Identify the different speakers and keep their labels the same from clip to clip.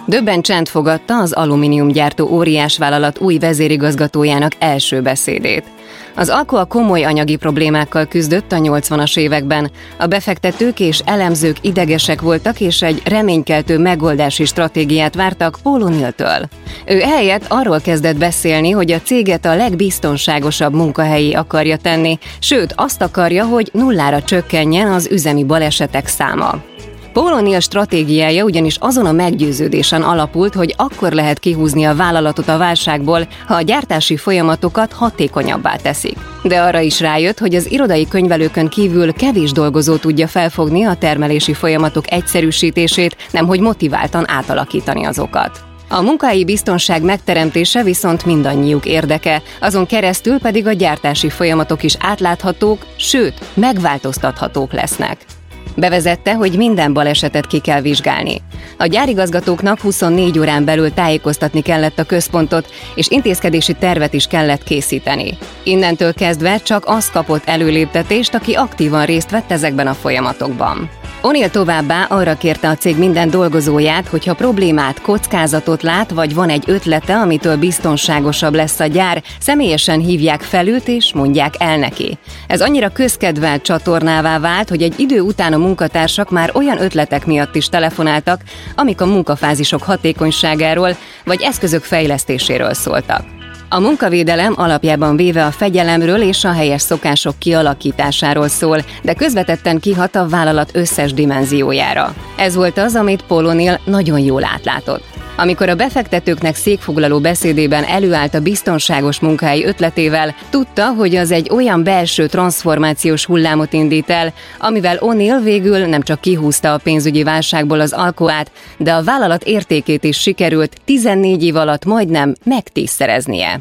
Speaker 1: Döbben csend fogadta az alumíniumgyártó óriásvállalat új vezérigazgatójának első beszédét. Az Alcoa komoly anyagi problémákkal küzdött a 80-as években. A befektetők és elemzők idegesek voltak, és egy reménykeltő megoldási stratégiát vártak Paul O'Neilltől. Ő ehelyett arról kezdett beszélni, hogy a céget a legbiztonságosabb munkahelyé akarja tenni, sőt azt akarja, hogy nullára csökkenjen az üzemi balesetek száma. Paul O'Neill stratégiája ugyanis azon a meggyőződésen alapult, hogy akkor lehet kihúzni a vállalatot a válságból, ha a gyártási folyamatokat hatékonyabbá teszik. De arra is rájött, hogy az irodai könyvelőkön kívül kevés dolgozó tudja felfogni a termelési folyamatok egyszerűsítését, nemhogy motiváltan átalakítani azokat. A munkahelyi biztonság megteremtése viszont mindannyiuk érdeke, azon keresztül pedig a gyártási folyamatok is átláthatók, sőt, megváltoztathatók lesznek. Bevezette, hogy minden balesetet ki kell vizsgálni. A gyárigazgatóknak 24 órán belül tájékoztatni kellett a központot, és intézkedési tervet is kellett készíteni. Innentől kezdve csak az kapott előléptetést, aki aktívan részt vett ezekben a folyamatokban. O'Neill továbbá arra kérte a cég minden dolgozóját, hogy ha problémát, kockázatot lát, vagy van egy ötlete, amitől biztonságosabb lesz a gyár, személyesen hívják fel őt és mondják el neki. Ez annyira közkedvelt csatornává vált, hogy egy idő után a munkatársak már olyan ötletek miatt is telefonáltak, amik a munkafázisok hatékonyságáról vagy eszközök fejlesztéséről szóltak. A munkavédelem alapjában véve a fegyelemről és a helyes szokások kialakításáról szól, de közvetetten kihat a vállalat összes dimenziójára. Ez volt az, amit Paul O'Neill nagyon jól átlátott. Amikor a befektetőknek székfoglaló beszédében előállt a biztonságos munkahely ötletével, tudta, hogy az egy olyan belső transformációs hullámot indít el, amivel O'Neill végül nem csak kihúzta a pénzügyi válságból az Alcoát, de a vállalat értékét is sikerült 14 év alatt majdnem megtízszereznie.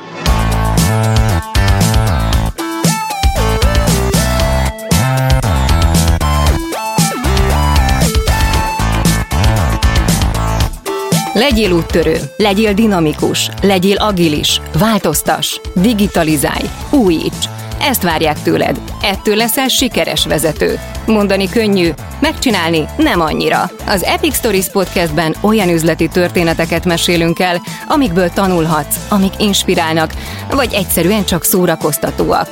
Speaker 1: Legyél úttörő, legyél dinamikus, legyél agilis, változtass, digitalizálj, újíts. Ezt várják tőled. Ettől leszel sikeres vezető. Mondani könnyű, megcsinálni nem annyira. Az Epic Stories podcastben olyan üzleti történeteket mesélünk el, amikből tanulhatsz, amik inspirálnak, vagy egyszerűen csak szórakoztatóak.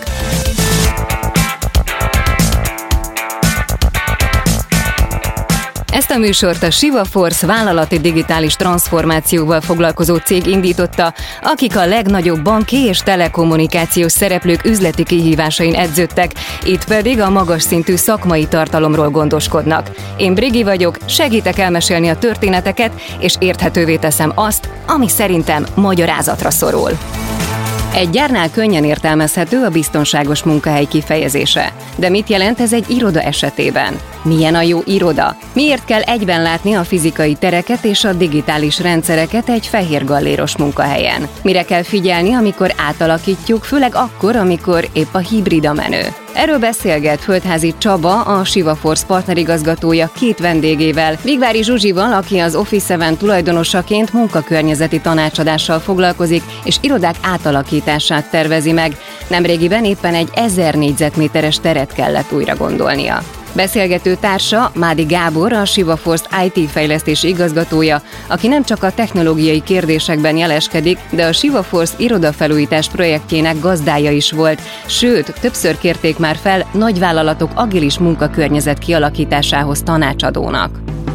Speaker 1: Ezt a műsort a Shiva Force vállalati digitális transformációval foglalkozó cég indította, akik a legnagyobb banki és telekommunikációs szereplők üzleti kihívásain edződtek, itt pedig a magas szintű szakmai tartalomról gondoskodnak. Én Brigi vagyok, segítek elmesélni a történeteket, és érthetővé teszem azt, ami szerintem magyarázatra szorul. Egy gyárnál könnyen értelmezhető a biztonságos munkahely kifejezése. De mit jelent ez egy iroda esetében? Milyen a jó iroda? Miért kell egyben látni a fizikai tereket és a digitális rendszereket egy fehér galléros munkahelyen? Mire kell figyelni, amikor átalakítjuk, főleg akkor, amikor épp a hibrid a menő? Erről beszélget Földházi Csaba, a Shiva Force partnerigazgatója két vendégével, Vigvári Zsuzsival, aki az Office 7 tulajdonosaként munkakörnyezeti tanácsadással foglalkozik, és irodák átalakítását tervezi meg. Nemrégiben éppen egy 1000 négyzetméteres teret kellett újra gondolnia. Beszélgető társa Mádi Gábor, a Shiva Force IT fejlesztési igazgatója, aki nem csak a technológiai kérdésekben jeleskedik, de a Shiva Force irodafelújítás projektjének gazdája is volt, sőt, többször kérték már fel nagyvállalatok agilis munkakörnyezet kialakításához tanácsadónak.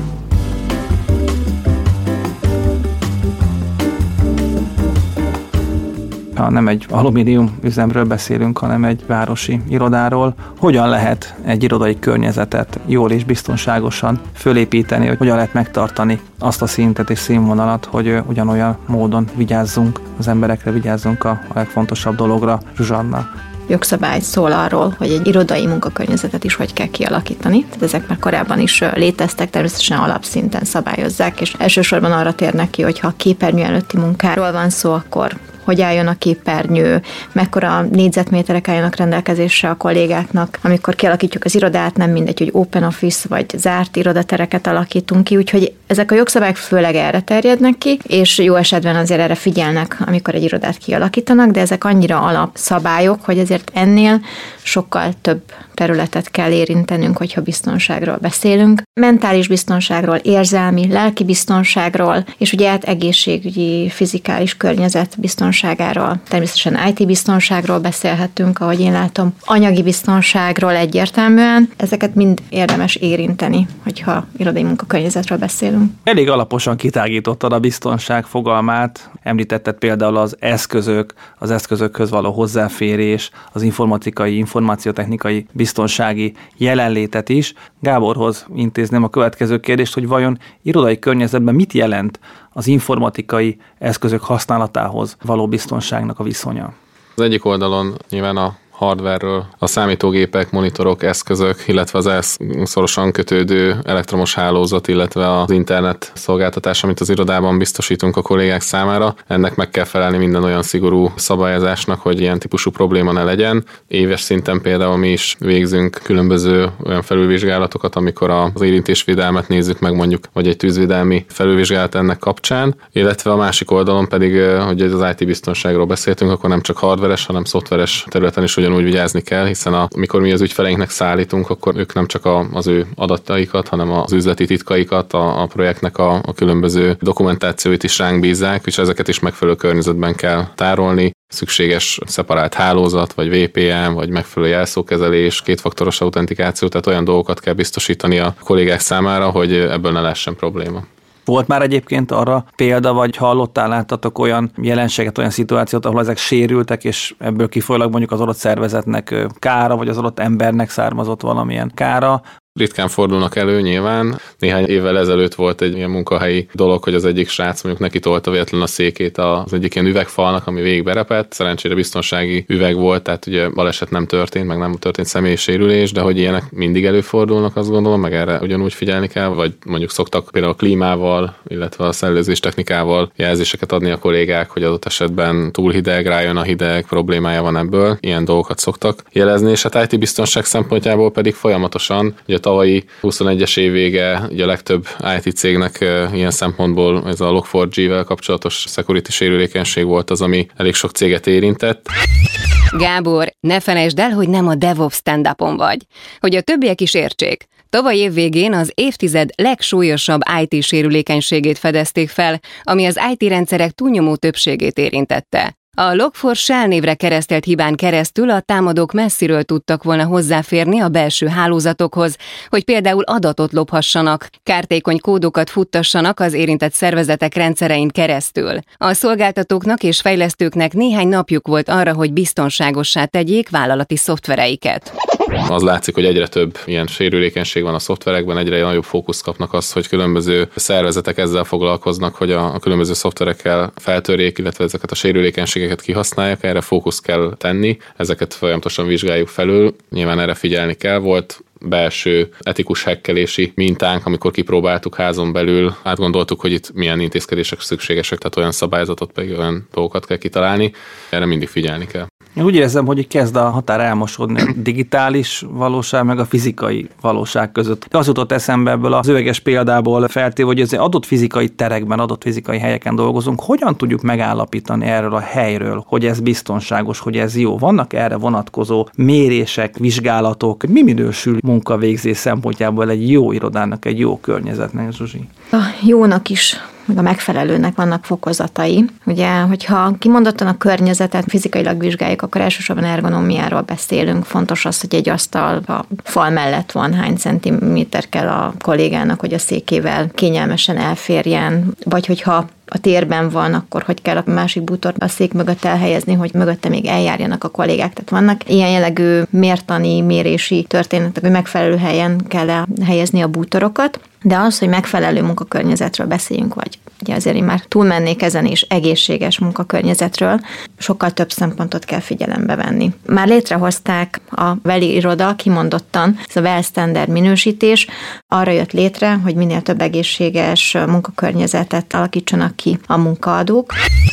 Speaker 2: Ha nem egy alumínium üzemről beszélünk, hanem egy városi irodáról, hogyan lehet egy irodai környezetet jól és biztonságosan fölépíteni, hogy hogyan lehet megtartani azt a szintet és színvonalat, hogy ugyanolyan módon vigyázzunk az emberekre, vigyázzunk a legfontosabb dologra. Zsuzsanna.
Speaker 3: Jogszabály szól arról, hogy egy irodai munkakörnyezetet is hogy kell kialakítani. Tehát ezek már korábban is léteztek, természetesen alapszinten szabályozzák, és elsősorban arra térnek ki, hogy ha képernyő előtti munkáról van szó, akkor hogy álljon a képernyő, mekkora négyzetméterek álljanak rendelkezésre a kollégáknak. Amikor kialakítjuk az irodát, nem mindegy, hogy open office vagy zárt irodatereket alakítunk ki, úgyhogy ezek a jogszabályok főleg erre terjednek ki, és jó esetben azért erre figyelnek, amikor egy irodát kialakítanak, de ezek annyira alapszabályok, hogy ezért ennél sokkal több területet kell érintenünk, hogyha biztonságról beszélünk. Mentális biztonságról, érzelmi, lelki biztonságról, és ugye egészségügyi, fizikális környezet biztonságáról, természetesen IT biztonságról beszélhetünk, ahogy én látom, anyagi biztonságról egyértelműen. Ezeket mind érdemes érinteni, hogyha irodai munkakörnyezetről beszélünk.
Speaker 2: Elég alaposan kitágítottad a biztonság fogalmát, említetted például az eszközökhöz való hozzáférés, az informatikai, információtechnikai biztonsági jelenlétet is. Gáborhoz intézném a következő kérdést, hogy vajon irodai környezetben mit jelent az informatikai eszközök használatához való biztonságnak a viszonya?
Speaker 4: Az egyik oldalon nyilván a hardware-ről, a számítógépek, monitorok, eszközök, illetve az ehhez szorosan kötődő elektromos hálózat, illetve az internet szolgáltatás, amit az irodában biztosítunk a kollégák számára. Ennek meg kell felelni minden olyan szigorú szabályozásnak, hogy ilyen típusú probléma ne legyen. Éves szinten például mi is végzünk különböző olyan felülvizsgálatokat, amikor az érintésvédelmet nézzük meg mondjuk, vagy egy tűzvédelmi felülvizsgálat ennek kapcsán, illetve a másik oldalon pedig, hogy az IT biztonságról beszéltünk, akkor nem csak hardveres, hanem szoftveres területen is ugyanúgy vigyázni kell, hiszen amikor mi az ügyfeleinknek szállítunk, akkor ők nem csak az ő adataikat, hanem az üzleti titkaikat, a projektnek a különböző dokumentációit is ránk bízzák, és ezeket is megfelelő környezetben kell tárolni. Szükséges szeparált hálózat, vagy VPN, vagy megfelelő jelszókezelés, kétfaktoros autentikáció, tehát olyan dolgokat kell biztosítani a kollégák számára, hogy ebből ne lehessen probléma.
Speaker 2: Volt már egyébként arra példa, vagy hallottál, láttatok olyan jelenséget, olyan szituációt, ahol ezek sérültek, és ebből kifolyólag mondjuk az adott szervezetnek kára, vagy az adott embernek származott valamilyen kára?
Speaker 4: Ritkán fordulnak elő nyilván. Néhány évvel ezelőtt volt egy ilyen munkahelyi dolog, hogy az egyik srác mondjuk neki tolta véletlenül a székét az egyik ilyen üvegfalnak, ami végig berepett. Szerencsére biztonsági üveg volt, tehát ugye baleset nem történt, meg nem történt személyi sérülés, de hogy ilyenek mindig előfordulnak, azt gondolom, meg erre ugyanúgy figyelni kell, vagy mondjuk szoktak például a klímával, illetve a szellőzés technikával jelzéseket adni a kollégák, hogy adott esetben túl hideg, rájön a hideg, problémája van ebből. Ilyen dolgokat szoktak jelezni, és hát IT biztonság szempontjából pedig folyamatosan, ugye tavalyi 21-es év vége, ugye a legtöbb IT cégnek ilyen szempontból ez a Log4j-vel kapcsolatos security sérülékenység volt az, ami elég sok céget érintett.
Speaker 1: Gábor, ne felejtsd el, hogy nem a DevOps stand-upon vagy. Hogy a többiek is értsék. Tavaly év végén az évtized legsúlyosabb IT sérülékenységét fedezték fel, ami az IT rendszerek túlnyomó többségét érintette. A Log4 Shell névre keresztelt hibán keresztül a támadók messziről tudtak volna hozzáférni a belső hálózatokhoz, hogy például adatot lophassanak, kártékony kódokat futtassanak az érintett szervezetek rendszerein keresztül. A szolgáltatóknak és fejlesztőknek néhány napjuk volt arra, hogy biztonságossá tegyék vállalati szoftvereiket.
Speaker 4: Az látszik, hogy egyre több ilyen sérülékenység van a szoftverekben, egyre nagyobb fókuszt kapnak az, hogy különböző szervezetek ezzel foglalkoznak, hogy a különböző szoftverekkel feltörjék, illetve ezeket a sérülékenységeket kihasználják, erre fókuszt kell tenni, ezeket folyamatosan vizsgáljuk felül, nyilván erre figyelni kell. Volt belső etikus hekkelési mintánk, amikor kipróbáltuk házon belül, átgondoltuk, hogy itt milyen intézkedések szükségesek, tehát olyan szabályzatot, pedig olyan dolgokat kell kitalálni, erre mindig figyelni kell.
Speaker 2: Én úgy érzem, hogy kezd a határ elmosodni a digitális valóság meg a fizikai valóság között. De az jutott eszembe ebből az üveges példából feltéve, hogy az adott fizikai terekben, adott fizikai helyeken dolgozunk, hogyan tudjuk megállapítani erről a helyről, hogy ez biztonságos, hogy ez jó. Vannak erre vonatkozó mérések, vizsgálatok, mi minősül munkavégzés szempontjából egy jó irodának, egy jó környezetnek, Zsuzsi?
Speaker 3: A jónak is, meg a megfelelőnek vannak fokozatai. Ugye, hogyha kimondottan a környezetet fizikailag vizsgáljuk, akkor elsősorban ergonomiáról beszélünk. Fontos az, hogy egy asztal a fal mellett van, hány centiméter kell a kollégának, hogy a székével kényelmesen elférjen, vagy hogyha a térben van, akkor hogy kell a másik bútort a szék mögött elhelyezni, hogy mögötte még eljárjanak a kollégák. Tehát vannak ilyen jellegű mértani, mérési történetek, hogy megfelelő helyen kell helyezni a bútorokat, de az, hogy megfelelő munkakörnyezetről beszéljünk, vagy ugye azért én már túlmennék ezen is, egészséges munkakörnyezetről, sokkal több szempontot kell figyelembe venni. Már létrehozták a Veli iroda kimondottan, ez a Well Standard minősítés, arra jött létre, hogy minél több egészséges munkakörnyezetet alakítsanak ki a munkaadók.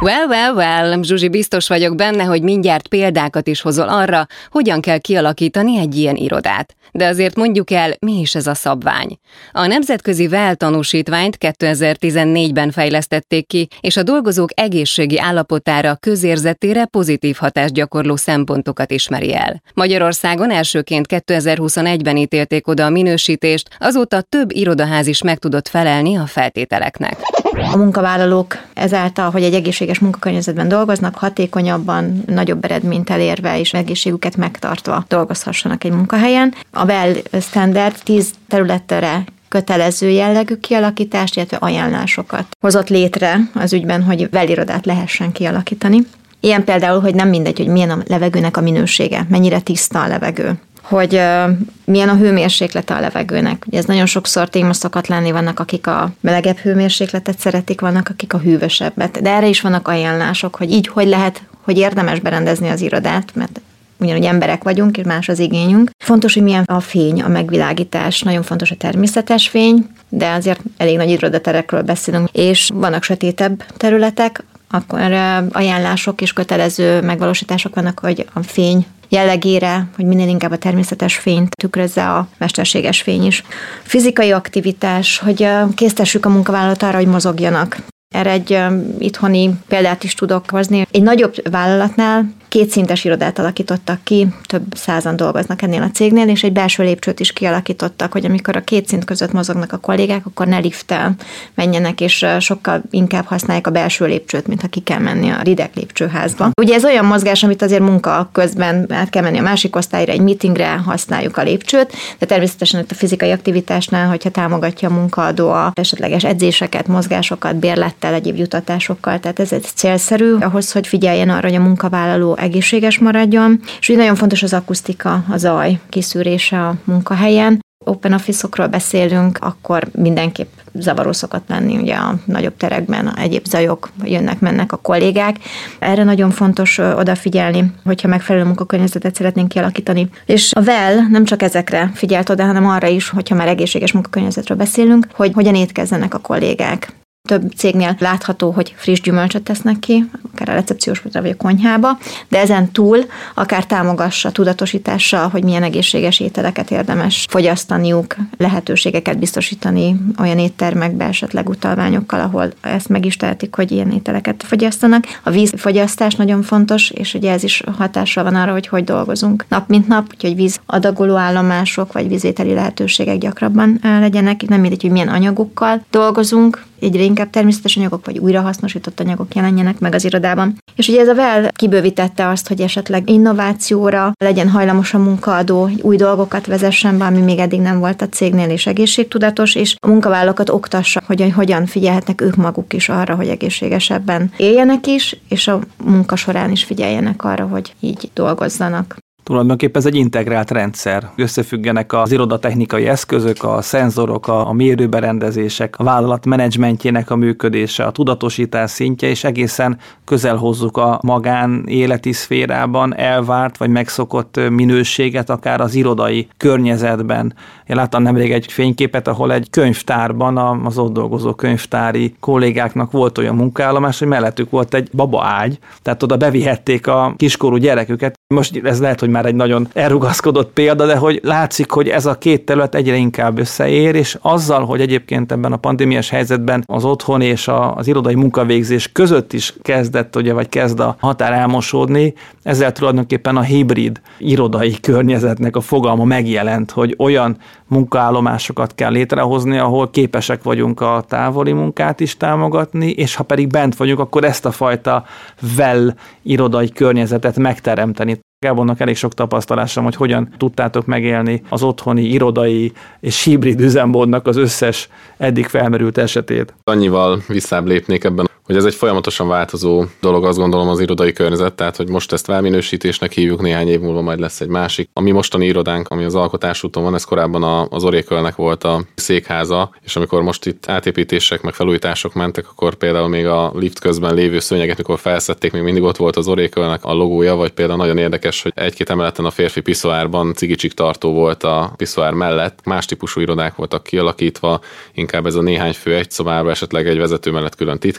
Speaker 1: Well, Zsuzsi, biztos vagyok benne, hogy mindjárt példákat is hozol arra, hogyan kell kialakítani egy ilyen irodát. De azért mondjuk el, mi is ez a szabvány. A nemzetközi WELL tanúsítványt 2014-ben fejlesztették ki, és a dolgozók egészségi állapotára, közérzetére pozitív hatást gyakorló szempontokat ismeri el. Magyarországon elsőként 2021-ben ítélték oda a minősítést, azóta több irodaház is meg tudott felelni a feltételeknek.
Speaker 3: A munkavállalók ezáltal, hogy egy egészséges munkakörnyezetben dolgoznak, hatékonyabban, nagyobb eredményt elérve és egészségüket megtartva dolgozhassanak egy munkahelyen. A WELL standard 10 területre kötelező jellegű kialakítást, illetve ajánlásokat hozott létre az ügyben, hogy WELL irodát lehessen kialakítani. Ilyen például, hogy nem mindegy, hogy milyen a levegőnek a minősége, mennyire tiszta a levegő, hogy milyen a hőmérséklete a levegőnek. Ugye ez nagyon sokszor téma szokott lenni, vannak, akik a melegebb hőmérsékletet szeretik, vannak, akik a hűvösebbet. De erre is vannak ajánlások, hogy így hogy lehet, hogy érdemes berendezni az irodát, mert ugyanúgy emberek vagyunk, és más az igényünk. Fontos, hogy milyen a fény, a megvilágítás, nagyon fontos a természetes fény, de azért elég nagy irodaterekről beszélünk, és vannak sötétebb területek, akkor ajánlások és kötelező megvalósítások vannak, hogy a fény jellegére, hogy minél inkább a természetes fényt tükrözze a mesterséges fény is. Fizikai aktivitás, hogy késztessük a munkavállalót arra, hogy mozogjanak. Erre egy itthoni példát is tudok hozni. Egy nagyobb vállalatnál 2 szintes irodát alakítottak ki, több százan dolgoznak ennél a cégnél, és egy belső lépcsőt is kialakítottak, hogy amikor a 2 szint között mozognak a kollégák, akkor ne lifttel menjenek, és sokkal inkább használják a belső lépcsőt, mint ha ki kell menni a rideg lépcsőházba. Ugye ez olyan mozgás, amit azért munka közben át kell menni a másik osztályra, egy meetingre használjuk a lépcsőt, de természetesen a fizikai aktivitásnál, hogyha támogatja a munkaadó a esetleges edzéseket, mozgásokat, bérlettel, egyéb jutatásokkal, tehát ez egy célszerű ahhoz, hogy figyeljen arra, hogy a munkavállaló egészséges maradjon, és ugye nagyon fontos az akusztika, a zaj kiszűrése a munkahelyen. Open office-okról beszélünk, akkor mindenképp zavaró szokott lenni, ugye a nagyobb terekben egyéb zajok jönnek-mennek a kollégák. Erre nagyon fontos odafigyelni, hogyha megfelelő munkakörnyezetet szeretnénk kialakítani. És a WELL nem csak ezekre figyelt oda, hanem arra is, hogyha már egészséges munkakörnyezetről beszélünk, hogy hogyan étkezzenek a kollégák. Több cégnél látható, hogy friss gyümölcsöt tesznek ki, akár a recepciós vagy a konyhába, de ezen túl akár támogassa tudatosítással, hogy milyen egészséges ételeket érdemes fogyasztaniuk, lehetőségeket biztosítani olyan éttermekbe, esetleg utalványokkal, ahol ezt meg is tehetik, hogy ilyen ételeket fogyasztanak. A vízfogyasztás nagyon fontos, és ugye ez is hatással van arra, hogy dolgozunk nap mint nap, úgyhogy vízadagoló állomások vagy vízvételi lehetőségek gyakrabban legyenek. Nem mindegy, hogy milyen anyagokkal dolgozunk, egyre inkább természetes anyagok vagy újrahasznosított anyagok jelenjenek meg az irodában. És ugye ez a WELL kibővítette azt, hogy esetleg innovációra legyen hajlamos a munkaadó, új dolgokat vezessen be, ami még eddig nem volt a cégnél, és egészségtudatos, és a munkavállalókat oktassa, hogy hogyan figyelhetnek ők maguk is arra, hogy egészségesebben éljenek is, és a munka során is figyeljenek arra, hogy így dolgozzanak.
Speaker 2: Tulajdonképpen ez egy integrált rendszer. Összefüggenek az irodatechnikai eszközök, a szenzorok, a mérőberendezések, a vállalat menedzsmentjének a működése, a tudatosítás szintje, és egészen közel hozzuk a magánéleti szférában elvárt vagy megszokott minőséget, akár az irodai környezetben. Én láttam nemrég egy fényképet, ahol egy könyvtárban az ott dolgozó könyvtári kollégáknak volt olyan munkaállomás, hogy mellettük volt egy babaágy, tehát oda bevihették a kiskorú gyereküket. Most ez lehet, hogy már egy nagyon elrugaszkodott példa, de hogy látszik, hogy ez a 2 terület egyre inkább összeér, és azzal, hogy egyébként ebben a pandémiás helyzetben az otthon és az irodai munkavégzés között is kezd a határ elmosódni, ezzel tulajdonképpen a hibrid irodai környezetnek a fogalma megjelent, hogy olyan munkaállomásokat kell létrehozni, ahol képesek vagyunk a távoli munkát is támogatni, és ha pedig bent vagyunk, akkor ezt a fajta WELL irodai környezetet megteremteni. Gábornak elég sok tapasztalásom, hogy hogyan tudtátok megélni az otthoni, irodai és hibrid üzemmódnak az összes eddig felmerült esetét.
Speaker 4: Annyival visszább lépnék ebben, hogy ez egy folyamatosan változó dolog, azt gondolom, az irodai környezet, tehát hogy most ezt felminősítésnek hívjuk, néhány év múlva majd lesz egy másik. A mi mostani irodánk, ami az Alkotás úton van, ez korábban az Oracle-nek volt a székháza, és amikor most itt átépítések, meg felújítások mentek, akkor például még a lift közben lévő szőnyeget, mikor felszedték, még mindig ott volt az Oracle-nek a logója, vagy például nagyon érdekes, hogy 1-2 emeleten a férfi piszoárban cigicsik tartó volt a piszoár mellett. Más típusú irodák voltak kialakítva, inkább ez a néhány fő egy szobába, esetleg egy vezető mellett külön titkárnői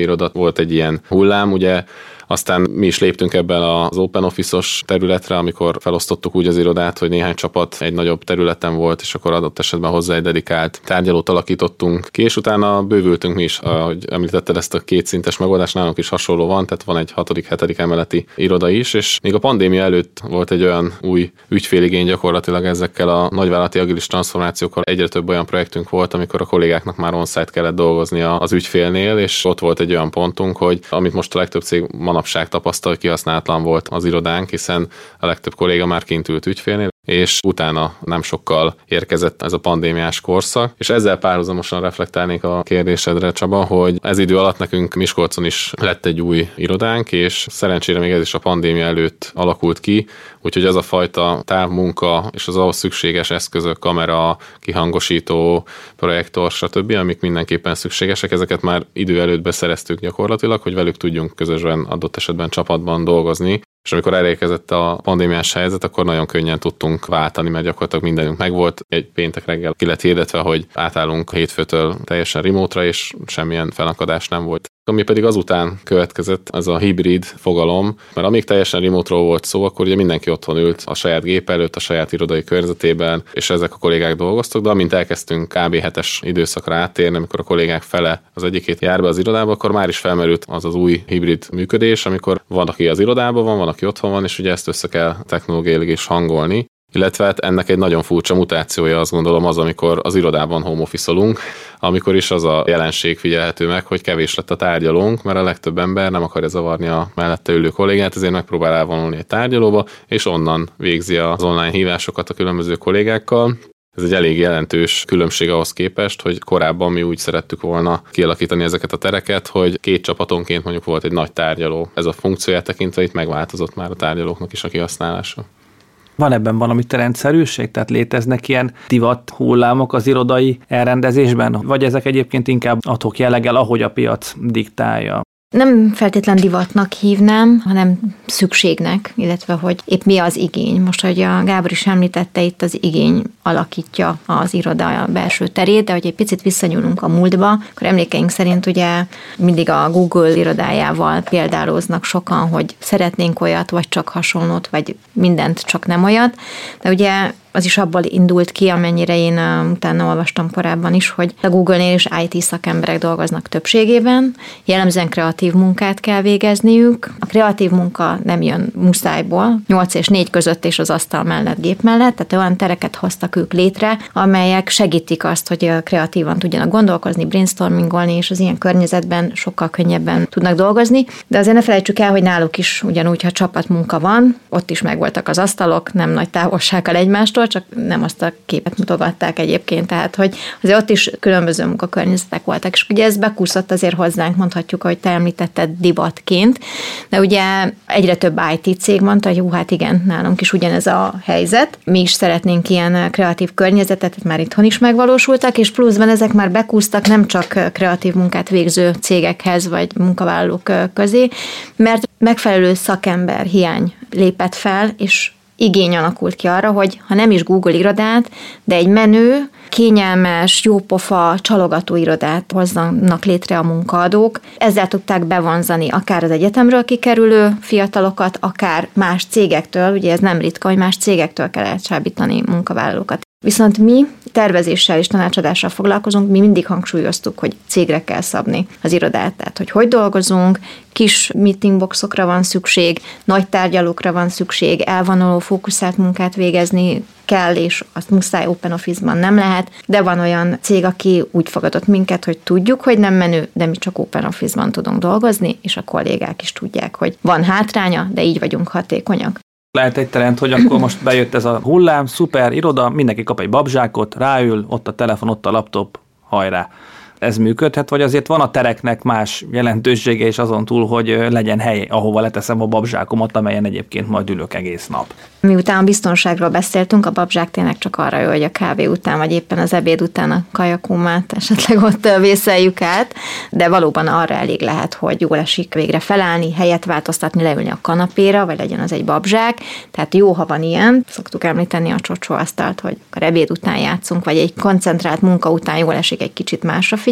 Speaker 4: iroda volt egy ilyen hullám, ugye aztán mi is léptünk ebben az Open Office-os területre, amikor felosztottuk úgy az irodát, hogy néhány csapat egy nagyobb területen volt, és akkor adott esetben hozzá egy dedikált tárgyalót alakítottunk ki, és utána bővültünk mi is, ahogy említetted, ezt a kétszintes megoldást, nálunk is hasonló van, tehát van egy 6.-7. emeleti iroda is, és még a pandémia előtt volt egy olyan új ügyféligény gyakorlatilag ezekkel a nagyvállalati agilis transformációkkal. Egyre több olyan projektünk volt, amikor a kollégáknak már on-site kellett dolgoznia az ügyfélnél, és ott volt egy olyan pontunk, hogy amit most a legtöbb cég manapság tapasztal, kihasználatlan volt az irodánk, hiszen a legtöbb kolléga már kint ült ügyfélnél, és utána nem sokkal érkezett ez a pandémiás korszak. És ezzel párhuzamosan reflektálnék a kérdésedre, Csaba, hogy ez idő alatt nekünk Miskolcon is lett egy új irodánk, és szerencsére még ez is a pandémia előtt alakult ki, úgyhogy ez a fajta távmunka és az ahhoz szükséges eszközök, kamera, kihangosító, projektor, stb., amik mindenképpen szükségesek, ezeket már idő előtt beszereztük gyakorlatilag, hogy velük tudjunk közösen adott esetben csapatban dolgozni. És amikor elérkezett a pandémiás helyzet, akkor nagyon könnyen tudtunk váltani, mert gyakorlatilag mindenünk megvolt. Egy péntek reggel ki lett hirdetve, hogy átállunk hétfőtől teljesen remote-ra, és semmilyen felakadás nem volt. Ami pedig azután következett, ez a hibrid fogalom, mert amíg teljesen remote-ról volt szó, akkor ugye mindenki otthon ült a saját gép előtt, a saját irodai környezetében, és ezek a kollégák dolgoztak, de amint elkezdtünk kb. 7-es időszakra áttérni, amikor a kollégák fele az egyikét jár be az irodába, akkor már is felmerült az az új hibrid működés, amikor van, aki az irodában van, aki otthon van, és ugye ezt össze kell technológiailag is hangolni. Illetve hát ennek egy nagyon furcsa mutációja, azt gondolom, az, amikor az irodában home office-olunk, amikor is az a jelenség figyelhető meg, hogy kevés lett a tárgyalónk, mert a legtöbb ember nem akarja zavarni a mellette ülő kollégát, ezért megpróbál elvonulni egy tárgyalóba, és onnan végzi az online hívásokat a különböző kollégákkal. Ez egy elég jelentős különbség ahhoz képest, hogy korábban mi úgy szerettük volna kialakítani ezeket a tereket, hogy 2 csapatonként mondjuk volt egy nagy tárgyaló. Ez a funkcióját tekintve itt megváltozott már a tárgyalóknak is a kihasználása.
Speaker 2: Van ebben valami trendszerűség? Tehát léteznek ilyen divat hullámok az irodai elrendezésben? Vagy ezek egyébként inkább ad-hoc jelleggel, ahogy a piac diktálja?
Speaker 3: Nem feltétlen divatnak hívnám, hanem szükségnek, illetve hogy épp mi az igény. Most, hogy a Gábor is említette, itt az igény alakítja az iroda belső terét, de hogy egy picit visszanyúlunk a múltba, akkor emlékeink szerint ugye mindig a Google irodájával példálóznak sokan, hogy szeretnénk olyat, vagy csak hasonlót, vagy mindent, csak nem olyat. De ugye az is abból indult ki, amennyire én utána olvastam korábban is, hogy a Google-nél is IT szakemberek dolgoznak többségében, jellemzően kreatív munkát kell végezniük. A kreatív munka nem jön muszájból, 8 és 4 között és az asztal mellett, gép mellett, tehát olyan tereket hoztak ők létre, amelyek segítik azt, hogy kreatívan tudjanak gondolkozni, brainstormingolni, és az ilyen környezetben sokkal könnyebben tudnak dolgozni. De azért ne felejtsük el, hogy náluk is ugyanúgy, ha csapatmunka van, ott is megvoltak az asztalok, nem nagy távolsággal egymástól, csak nem azt a képet mutogatták egyébként, tehát hogy azért ott is különböző munkakörnyezetek voltak, és ugye ez bekúszott azért hozzánk, mondhatjuk, ahogy te említetted, divatként, de ugye egyre több IT cég mondta, hogy hát igen, nálunk is ugyanez a helyzet, mi is szeretnénk ilyen kreatív környezetet, már itthon is megvalósultak, és pluszban ezek már bekúsztak nem csak kreatív munkát végző cégekhez, vagy munkavállalók közé, mert megfelelő szakember hiány lépett fel, és igény alakult ki arra, hogy ha nem is Google irodát, de egy menő, kényelmes, jópofa, csalogató irodát hozzanak létre a munkaadók. Ezzel tudták bevonzani akár az egyetemről kikerülő fiatalokat, akár más cégektől, ugye ez nem ritka, hogy más cégektől kell elcsábítani munkavállalókat. Viszont mi tervezéssel és tanácsadással foglalkozunk, mi mindig hangsúlyoztuk, hogy cégre kell szabni az irodát, tehát hogy dolgozunk, kis meetingboxokra van szükség, nagy tárgyalókra van szükség, elvonuló, fókuszált munkát végezni kell, és azt muszáj Open Office-ban nem lehet, de van olyan cég, aki úgy fogadott minket, hogy tudjuk, hogy nem menő, de mi csak Open Office-ban tudunk dolgozni, és a kollégák is tudják, hogy van hátránya, de így vagyunk hatékonyak.
Speaker 2: Lehet egy trend, hogy akkor most bejött ez a hullám, szuper, iroda, mindenki kap egy babzsákot, ráül, ott a telefon, ott a laptop, hajrá. Ez működhet, vagy azért van a tereknek más jelentősége is azon túl, hogy legyen hely, ahova leteszem a babzsákomat, amelyen egyébként majd ülök egész nap.
Speaker 3: Miután a biztonságról beszéltünk, a babzsák tényleg csak arra jó, hogy a kávé után, vagy éppen az ebéd után a kajakómát esetleg ott vészeljük át, de valóban arra elég lehet, hogy jól esik végre felállni, helyet változtatni, leülni a kanapéra, vagy legyen az egy babzsák. Tehát jó, ha van ilyen. Szoktuk említeni a csocsóasztalt, hogy a ebéd után játszunk, vagy egy koncentrált munka után jól esik egy kicsit másra figyelni.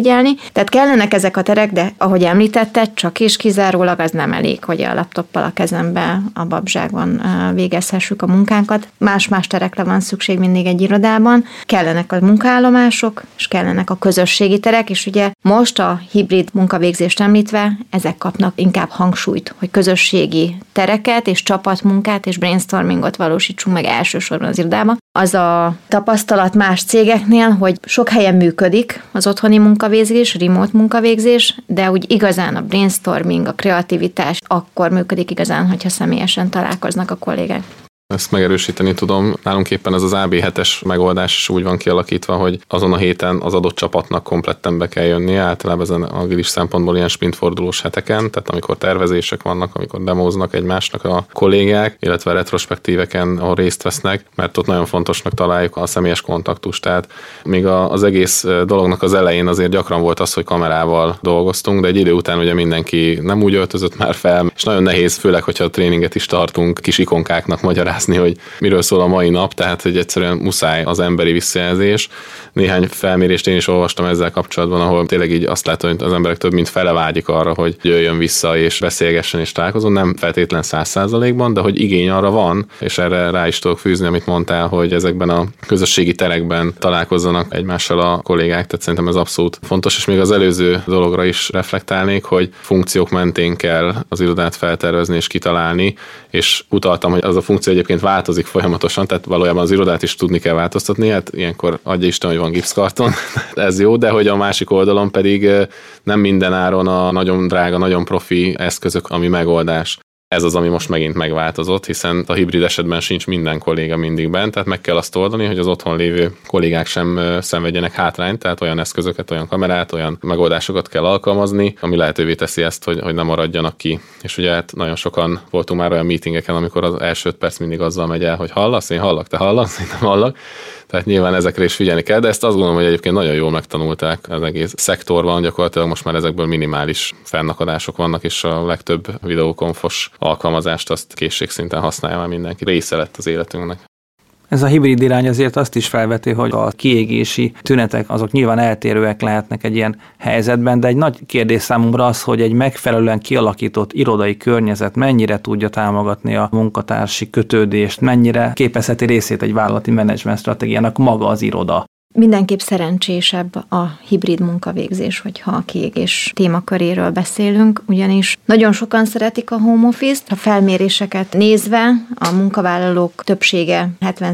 Speaker 3: figyelni. Tehát kellenek ezek a terek, de ahogy említetted, csak és kizárólag az nem elég, hogy a laptoppal a kezembe a babzsákban végezhessük a munkánkat. Más-más terekre van szükség mindig egy irodában. Kellenek a munkaállomások, és kellenek a közösségi terek, és ugye most a hibrid munkavégzést említve, ezek kapnak inkább hangsúlyt, hogy közösségi tereket és csapatmunkát és brainstormingot valósítsunk meg elsősorban az irodában. Az a tapasztalat más cégeknél, hogy sok helyen működik az otthoni munkavégzés, remote munkavégzés, de úgy igazán a brainstorming, a kreativitás akkor működik igazán, hogyha személyesen találkoznak a kollégák.
Speaker 4: Ezt megerősíteni tudom. Nálunk éppen ez az AB7-es megoldás is úgy van kialakítva, hogy azon a héten az adott csapatnak kompletten be kell jönnie, általában ezen agilis szempontból ilyen sprintfordulós heteken, tehát amikor tervezések vannak, amikor demóznak egymásnak a kollégák, illetve retrospektíveken, ahol részt vesznek, mert ott nagyon fontosnak találjuk a személyes kontaktust. Tehát még az egész dolognak az elején azért gyakran volt az, hogy kamerával dolgoztunk, de egy idő után ugye mindenki nem úgy öltözött már fel, és nagyon nehéz, főleg, hogyha a tréninget is tartunk, kis ikonkáknak magyarázni, hogy miről szól a mai nap, tehát hogy egyszerűen muszáj az emberi visszajelzés. Néhány felmérést én is olvastam ezzel kapcsolatban, ahol tényleg így azt látom, hogy az emberek több mint fele vágyik arra, hogy jöjjön vissza és beszélgessen és találkozzon, nem feltétlen 100%-ban, de hogy igény arra van, és erre rá is tudok fűzni, amit mondtál, hogy ezekben a közösségi terekben találkozzanak egymással a kollégák, tehát szerintem ez abszolút fontos, és még az előző dologra is reflektálnék, hogy funkciók mentén kell az irodát feltervezni és kitalálni, és utaltam, hogy az a funkció egyébként változik folyamatosan, tehát valójában az irodát is tudni kell változtatni, hát ilyenkor adja Isten, hogy van gipszkarton, ez jó, de hogy a másik oldalon pedig nem minden áron a nagyon drága, nagyon profi eszközök, ami megoldás. Ez az, ami most megint megváltozott, hiszen a hibrid esetben sincs minden kolléga mindig bent, tehát meg kell azt oldani, hogy az otthon lévő kollégák sem szenvedjenek hátrányt, tehát olyan eszközöket, olyan kamerát, olyan megoldásokat kell alkalmazni, ami lehetővé teszi ezt, hogy nem maradjanak ki. És ugye hát nagyon sokan voltunk már olyan meetingeken, amikor az első 5 perc mindig azzal megy el, hogy hallasz, én hallak, te hallasz, én nem hallak. Tehát nyilván ezekre is figyelni kell, de ezt azt gondolom, hogy egyébként nagyon jól megtanulták az egész szektorban, gyakorlatilag most már ezekből minimális fennakadások vannak, és a legtöbb videókonfos alkalmazást azt készségszinten használja már mindenki. Része lett az életünknek.
Speaker 2: Ez a hibrid irány azért azt is felveti, hogy a kiégési tünetek azok nyilván eltérőek lehetnek egy ilyen helyzetben, de egy nagy kérdés számomra az, hogy egy megfelelően kialakított irodai környezet mennyire tudja támogatni a munkatársi kötődést, mennyire képezheti részét egy vállalati menedzsment stratégiának maga az iroda.
Speaker 3: Mindenképp szerencsésebb a hibrid munkavégzés, hogyha a kiégés témaköréről beszélünk, ugyanis nagyon sokan szeretik a home office-t. A felméréseket nézve a munkavállalók többsége,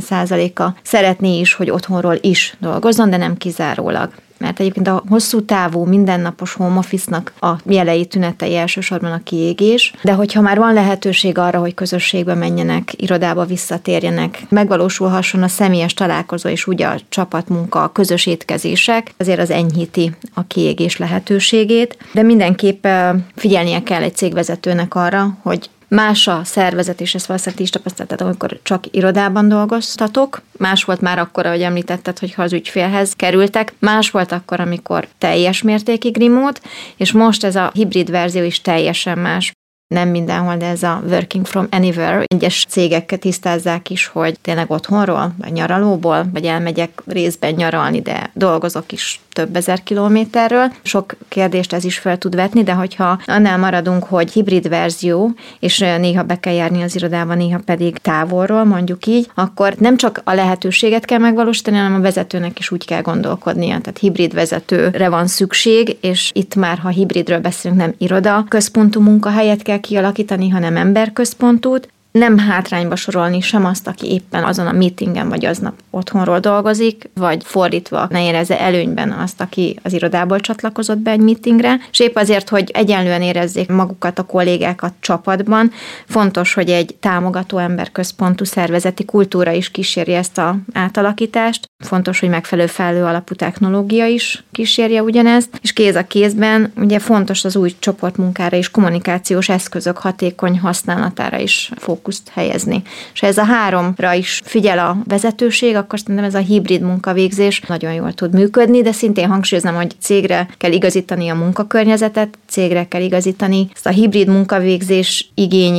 Speaker 3: 70%-a szeretné is, hogy otthonról is dolgozzon, de nem kizárólag. Mert egyébként a hosszú távú, mindennapos home office-nak a jelei, tünetei elsősorban a kiégés, de hogyha már van lehetőség arra, hogy közösségbe menjenek, irodába visszatérjenek, megvalósulhasson a személyes találkozó és ugye a csapatmunka, a közös étkezések, azért az enyhíti a kiégés lehetőségét, de mindenképp figyelnie kell egy cégvezetőnek arra, hogy más a szervezet, és ezt valószínűleg ti is tapasztaltad, amikor csak irodában dolgoztatok. Más volt már akkor, ahogy említetted, hogyha az ügyfélhez kerültek. Más volt akkor, amikor teljes mértékig remote, és most ez a hibrid verzió is teljesen más. Nem mindenhol, de ez a working from anywhere. Egyes cégek tisztázzák is, hogy tényleg otthonról, vagy nyaralóból, vagy elmegyek részben nyaralni, de dolgozok is több ezer kilométerről. Sok kérdést ez is fel tud vetni, de hogyha annál maradunk, hogy hibrid verzió, és néha be kell járni az irodába, néha pedig távolról, mondjuk így, akkor nem csak a lehetőséget kell megvalósítani, hanem a vezetőnek is úgy kell gondolkodnia. Tehát hibrid vezetőre van szükség, és itt már, ha hibridről beszélünk, nem iroda központú munkahelyet kell kialakítani, hanem emberközpontút. Nem hátrányba sorolni sem azt, aki éppen azon a meetingen vagy aznap otthonról dolgozik, vagy fordítva ne érezze előnyben azt, aki az irodából csatlakozott be egy meetingre, és épp azért, hogy egyenlően érezzék magukat a kollégák a csapatban, fontos, hogy egy támogató emberközpontú szervezeti kultúra is kíséri ezt az átalakítást. Fontos, hogy megfelelő felhő alapú technológia is kísérje ugyanezt, és kéz a kézben ugye fontos az új csoportmunkára és kommunikációs eszközök hatékony használatára is fókuszt helyezni. És ha ez a háromra is figyel a vezetőség, akkor szerintem ez a hibrid munkavégzés nagyon jól tud működni, de szintén hangsúlyoznám, hogy cégre kell igazítani a munkakörnyezetet, cégre kell igazítani ezt a hibrid munkavégzés igényét is.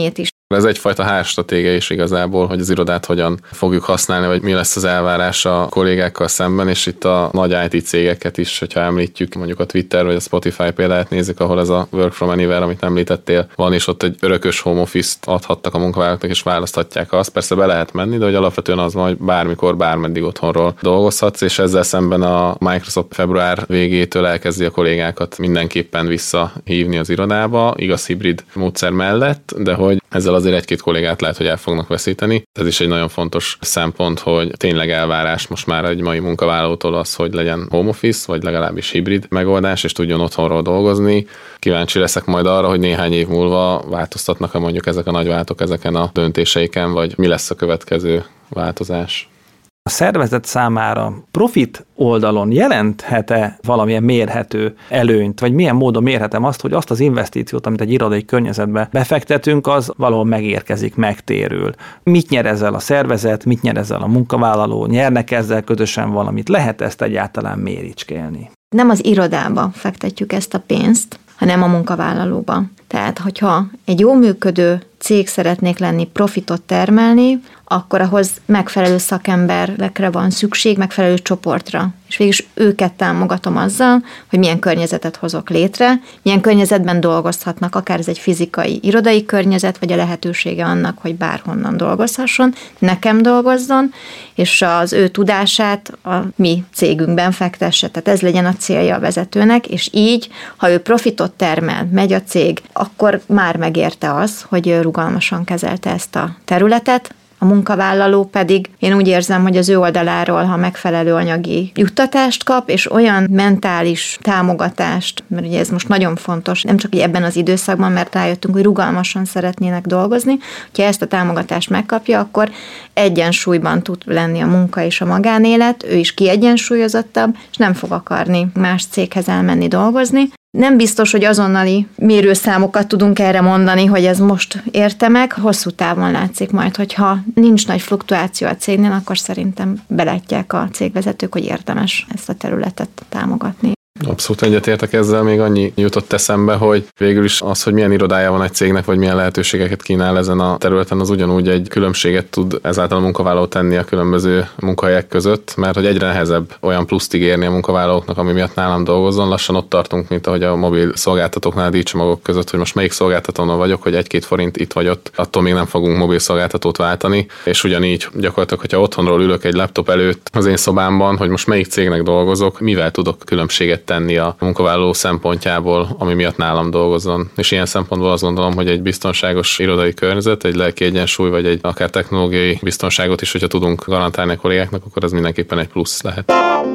Speaker 4: Ez egyfajta HR-stratégia is igazából, hogy az irodát hogyan fogjuk használni, vagy mi lesz az elvárás a kollégákkal szemben, és itt a nagy IT cégeket is, hogyha említjük, mondjuk a Twitter vagy a Spotify példáját nézzük, ahol ez a Work from Anywhere, amit említettél, van, és ott egy örökös home office-t adhattak a munkavállalóknak, és választhatják azt. Persze be lehet menni, de hogy alapvetően az van, hogy bármikor, bármeddig otthonról dolgozhatsz, és ezzel szemben a Microsoft február végétől elkezdi a kollégákat mindenképpen visszahívni az irodába, igaz hibrid módszer mellett, de hogy ezzel azért egy-két kollégát lehet, hogy el fognak veszíteni. Ez is egy nagyon fontos szempont, hogy tényleg elvárás most már egy mai munkavállalótól az, hogy legyen home office, vagy legalábbis hibrid megoldás, és tudjon otthonról dolgozni. Kíváncsi leszek majd arra, hogy néhány év múlva változtatnak-e mondjuk ezek a nagyváltók ezeken a döntéseiken, vagy mi lesz a következő változás.
Speaker 2: A szervezet számára profit oldalon jelenthet-e valamilyen mérhető előnyt, vagy milyen módon mérhetem azt, hogy azt az investíciót, amit egy irodai környezetbe befektetünk, az valahol megérkezik, megtérül. Mit nyer ezzel a szervezet, mit nyer ezzel a munkavállaló, nyernek ezzel közösen valamit, lehet ezt egyáltalán méricskélni?
Speaker 3: Nem az irodába fektetjük ezt a pénzt, hanem a munkavállalóba. Tehát, hogyha egy jól működő cég szeretnék lenni, profitot termelni, akkor ahhoz megfelelő szakemberekre van szükség, megfelelő csoportra. És végülis őket támogatom azzal, hogy milyen környezetet hozok létre, milyen környezetben dolgozhatnak, akár ez egy fizikai, irodai környezet, vagy a lehetősége annak, hogy bárhonnan dolgozhasson, nekem dolgozzon, és az ő tudását a mi cégünkben fektesse. Tehát ez legyen a célja a vezetőnek, és így, ha ő profitot termel, megy a cég, akkor már megérte az, hogy rugalmasan kezelte ezt a területet. A munkavállaló pedig én úgy érzem, hogy az ő oldaláról, ha megfelelő anyagi juttatást kap, és olyan mentális támogatást, mert ugye ez most nagyon fontos, nem csak ebben az időszakban, mert rájöttünk, hogy rugalmasan szeretnének dolgozni, hogyha ezt a támogatást megkapja, akkor egyensúlyban tud lenni a munka és a magánélet, ő is kiegyensúlyozottabb, és nem fog akarni más céghez elmenni dolgozni. Nem biztos, hogy azonnali mérőszámokat tudunk erre mondani, hogy ez most érte meg. Hosszú távon látszik majd, hogyha nincs nagy fluktuáció a cégnél, akkor szerintem belátják a cégvezetők, hogy érdemes ezt a területet támogatni.
Speaker 4: Abszolút egyetértek ezzel, még annyi jutott eszembe, hogy végül is az, hogy milyen irodája van egy cégnek, vagy milyen lehetőségeket kínál ezen a területen, az ugyanúgy egy különbséget tud ezáltal a munkavállaló tenni a különböző munkahelyek között, mert hogy egyre nehezebb olyan pluszt ígérni a munkavállalóknak, ami miatt nálam dolgozzon. Lassan ott tartunk, mint ahogy a mobil szolgáltatóknál a díjcsomagok között, hogy most melyik szolgáltatónál vagyok, hogy 1-2 forint itt vagy ott, attól még nem fogunk mobil szolgáltatót váltani, és ugyanígy gyakorlatilag, hogyha otthonról ülök egy laptop előtt az én szobámban, hogy most melyik cégnek dolgozok, mivel tudok különbséget tenni a munkavállaló szempontjából, ami miatt nálam dolgozzon. És ilyen szempontból azt gondolom, hogy egy biztonságos irodai környezet, egy lelki egyensúly, vagy egy akár technológiai biztonságot is, hogyha tudunk garantálni a kollégáknak, akkor ez mindenképpen egy plusz lehet.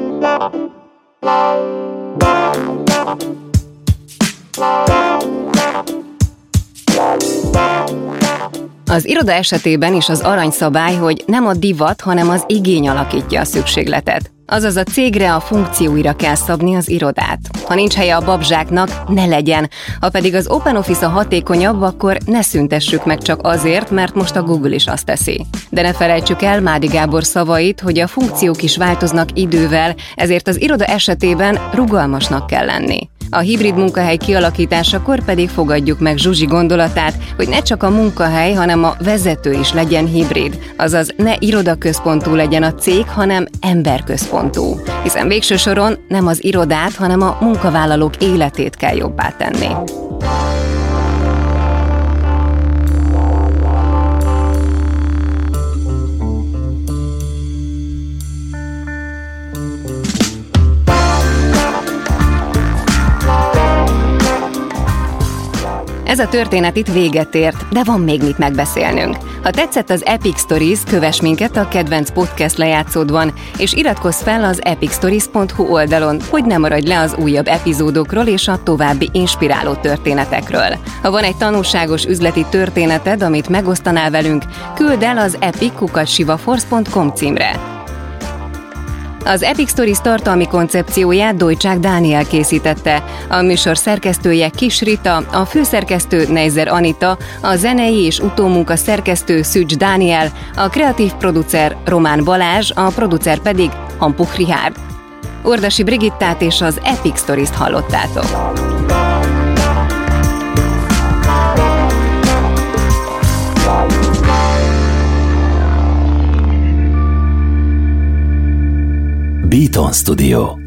Speaker 1: Az iroda esetében is az aranyszabály, hogy nem a divat, hanem az igény alakítja a szükségletet. Azaz a cégre, a funkcióira kell szabni az irodát. Ha nincs helye a babzsáknak, ne legyen. Ha pedig az Open Office a hatékonyabb, akkor ne szüntessük meg csak azért, mert most a Google is azt teszi. De ne felejtsük el Mádi Gábor szavait, hogy a funkciók is változnak idővel, ezért az iroda esetében rugalmasnak kell lenni. A hibrid munkahely kialakításakor pedig fogadjuk meg Zsuzsi gondolatát, hogy ne csak a munkahely, hanem a vezető is legyen hibrid. Azaz ne irodaközpontú legyen a cég, hanem emberközpontú. Hiszen végső soron nem az irodát, hanem a munkavállalók életét kell jobbá tenni. Ez a történet itt véget ért, de van még mit megbeszélnünk. Ha tetszett az Epic Stories, kövess minket a kedvenc podcast lejátszódban, és iratkozz fel az epicstories.hu oldalon, hogy ne maradj le az újabb epizódokról és a további inspiráló történetekről. Ha van egy tanulságos üzleti történeted, amit megosztanál velünk, küldd el az epic@sivaforce.com címre. Az Epic Stories tartalmi koncepcióját Dojcsák Dániel készítette, a műsor szerkesztője Kis Rita, a főszerkesztő Neizer Anita, a zenei és utómunka szerkesztő Szűcs Dániel, a kreatív producer Román Balázs, a producer pedig Hampuk Richárd. Ordasi Brigittát és az Epic Stories-t hallottátok.
Speaker 5: Beaton Studio.